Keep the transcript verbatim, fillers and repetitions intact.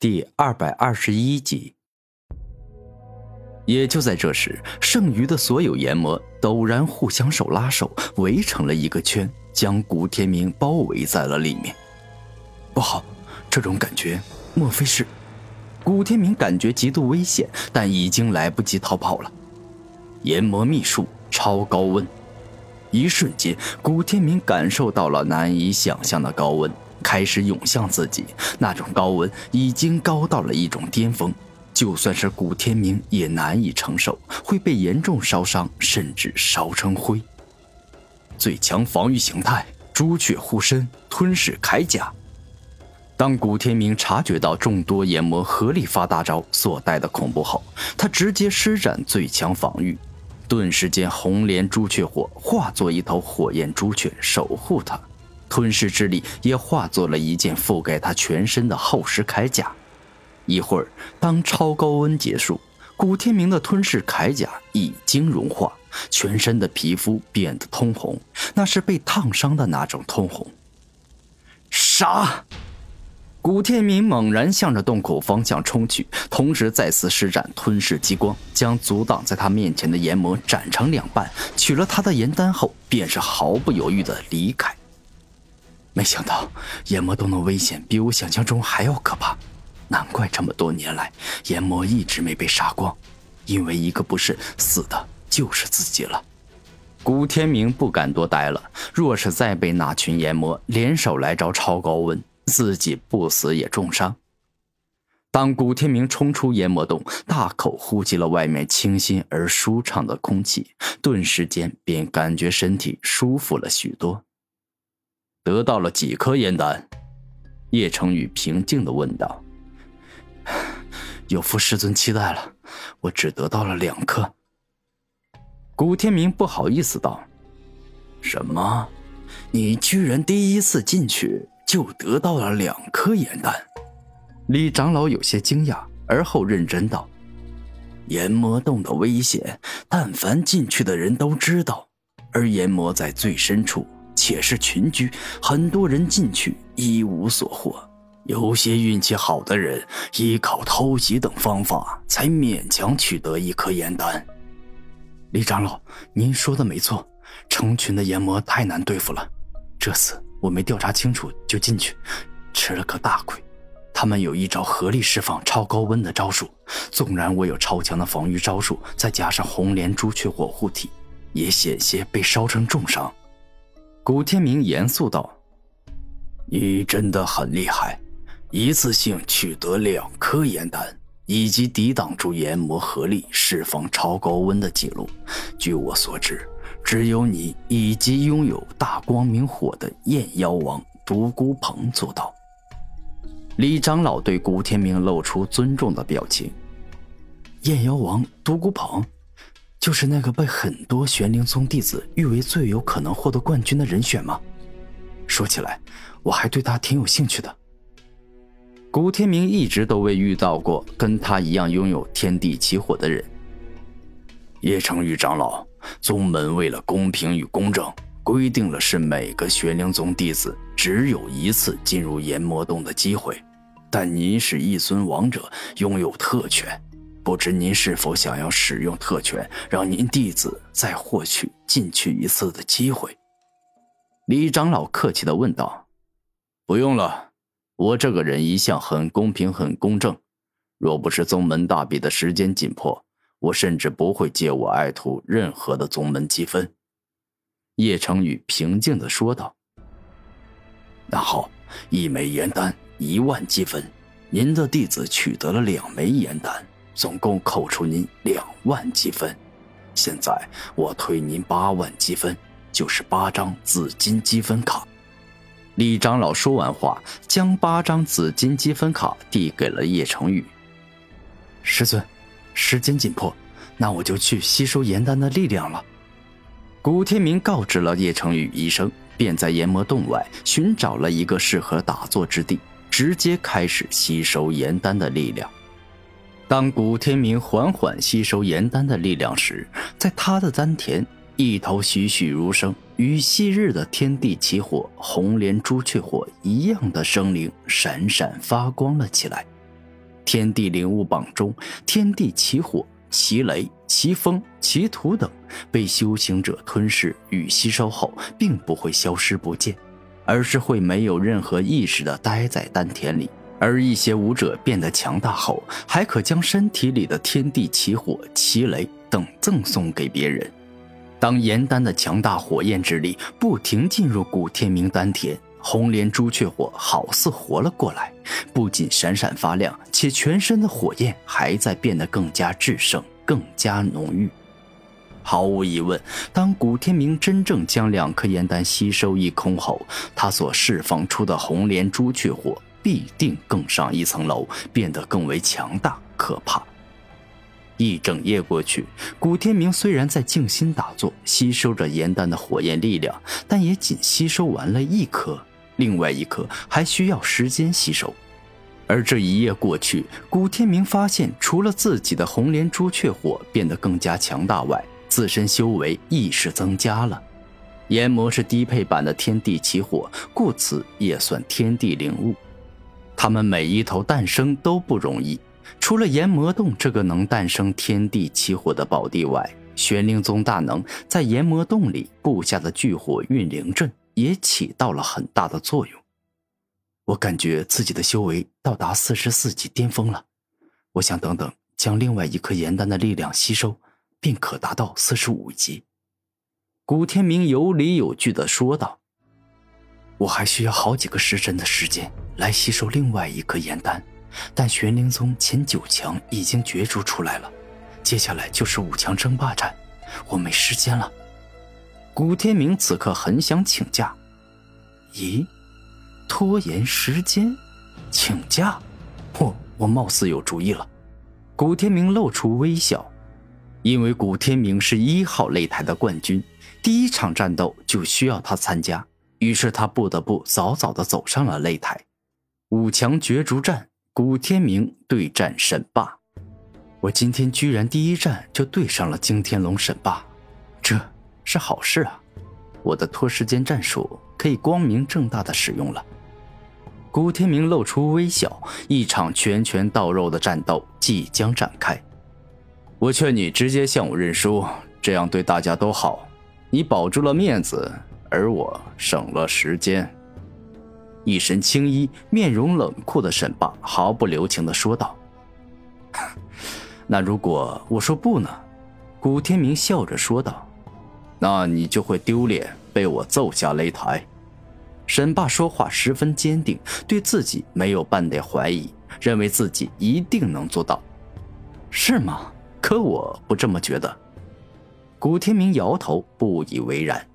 第二百二十一集。也就在这时，剩余的所有炎魔陡然互相手拉手，围成了一个圈，将古天明包围在了里面。不好，这种感觉莫非是……古天明感觉极度危险，但已经来不及逃跑了。炎魔秘术超高温，一瞬间，古天明感受到了难以想象的高温开始涌向自己，那种高温已经高到了一种巅峰，就算是古天明也难以承受，会被严重烧伤，甚至烧成灰。最强防御形态，朱雀护身，吞噬铠甲。当古天明察觉到众多炎魔合力发大招所带的恐怖后，他直接施展最强防御，顿时间红莲朱雀火化作一头火焰朱雀守护他，吞噬之力也化作了一件覆盖他全身的厚实铠甲。一会儿，当超高温结束，古天明的吞噬铠甲已经融化，全身的皮肤变得通红，那是被烫伤的那种通红。杀！古天明猛然向着洞口方向冲去，同时再次施展吞噬激光，将阻挡在他面前的炎魔斩成两半，取了他的炎丹后，便是毫不犹豫地离开。没想到炎魔洞的危险比我想象中还要可怕，难怪这么多年来炎魔一直没被杀光，因为一个不是死的就是自己了。古天明不敢多待了，若是再被那群炎魔联手来招超高温，自己不死也重伤。当古天明冲出炎魔洞，大口呼吸了外面清新而舒畅的空气，顿时间便感觉身体舒服了许多。得到了几颗炎丹？叶成宇平静地问道。有负师尊期待了，我只得到了两颗。古天明不好意思道。什么？你居然第一次进去就得到了两颗炎丹？李长老有些惊讶，而后认真道。炎魔洞的危险，但凡进去的人都知道，而炎魔在最深处，且是群居，很多人进去一无所获，有些运气好的人依靠偷袭等方法才勉强取得一颗炎丹。李长老，您说的没错，成群的炎魔太难对付了，这次我没调查清楚就进去，吃了个大亏。他们有一招合力释放超高温的招数，纵然我有超强的防御招数，再加上红莲朱雀火护体，也险些被烧成重伤。古天明严肃道。你真的很厉害，一次性取得两颗炎丹，以及抵挡住炎魔合力释放超高温的记录，据我所知，只有你以及拥有大光明火的燕妖王独孤鹏做到。李长老对古天明露出尊重的表情。燕妖王独孤鹏，就是那个被很多玄灵宗弟子誉为最有可能获得冠军的人选吗？说起来，我还对他挺有兴趣的。古天明一直都未遇到过跟他一样拥有天地奇火的人。叶成宇长老，宗门为了公平与公正，规定了是每个玄灵宗弟子只有一次进入炎魔洞的机会，但您是一尊王者，拥有特权，不知您是否想要使用特权，让您弟子再获取进去一次的机会？李长老客气地问道。不用了，我这个人一向很公平很公正，若不是宗门大比的时间紧迫，我甚至不会借我爱徒任何的宗门积分。叶成宇平静地说道。那好，一枚炎丹一万积分，您的弟子取得了两枚炎丹，总共扣除您两万积分。现在我退您八万积分，就是八张紫金积分卡。李长老说完话，将八张紫金积分卡递给了叶成宇。师尊，时间紧迫，那我就去吸收炎丹的力量了。古天明告知了叶成宇一声，便在炎魔洞外寻找了一个适合打坐之地，直接开始吸收炎丹的力量。当古天明缓缓吸收炎丹的力量时，在他的丹田，一头栩栩如生与昔日的天地奇火红莲朱雀火一样的生灵闪闪发光了起来。 天地灵物榜中，天地起火、其雷、其风、其土等被修行者吞噬与吸收后，并不会消失不见，而是会没有任何意识地待在丹田里。而一些武者变得强大后，还可将身体里的天地起火、其雷等赠送给别人。当炎丹的强大火焰之力不停进入古天明丹田，红莲朱雀火好似活了过来，不仅闪闪发亮，且全身的火焰还在变得更加炽盛，更加浓郁。毫无疑问，当古天明真正将两颗炎丹吸收一空后，他所释放出的红莲朱雀火必定更上一层楼，变得更为强大可怕。一整夜过去，古天明虽然在静心打坐，吸收着炎丹的火焰力量，但也仅吸收完了一颗，另外一颗还需要时间吸收。而这一夜过去，古天明发现，除了自己的红莲朱雀火变得更加强大外，自身修为亦是增加了。炎魔是低配版的天地起火，故此也算天地灵物。他们每一头诞生都不容易，除了炎魔洞这个能诞生天地起火的宝地外，玄灵宗大能在炎魔洞里布下的巨火运灵阵也起到了很大的作用。我感觉自己的修为到达四十四级巅峰了，我想等等将另外一颗炎丹的力量吸收，便可达到四十五级。古天明有理有据地说道，我还需要好几个时辰的时间来吸收另外一颗炎丹，但玄灵宗前九强已经角逐出来了，接下来就是五强争霸战，我没时间了。古天明此刻很想请假。咦，拖延时间？请假？我我貌似有主意了。古天明露出微笑，因为古天明是一号擂台的冠军，第一场战斗就需要他参加，于是他不得不早早地走上了擂台。五强角逐战，古天明对战沈霸。我今天居然第一战就对上了惊天龙沈霸，这是好事啊！我的拖时间战术可以光明正大的使用了。古天明露出微笑，一场拳拳到肉的战斗即将展开。我劝你直接向我认输，这样对大家都好，你保住了面子，而我省了时间。一身青衣、面容冷酷的沈霸毫不留情地说道。那如果我说不呢？古天明笑着说道。那你就会丢脸，被我揍下擂台。沈霸说话十分坚定，对自己没有半点怀疑，认为自己一定能做到。是吗？可我不这么觉得。古天明摇头，不以为然。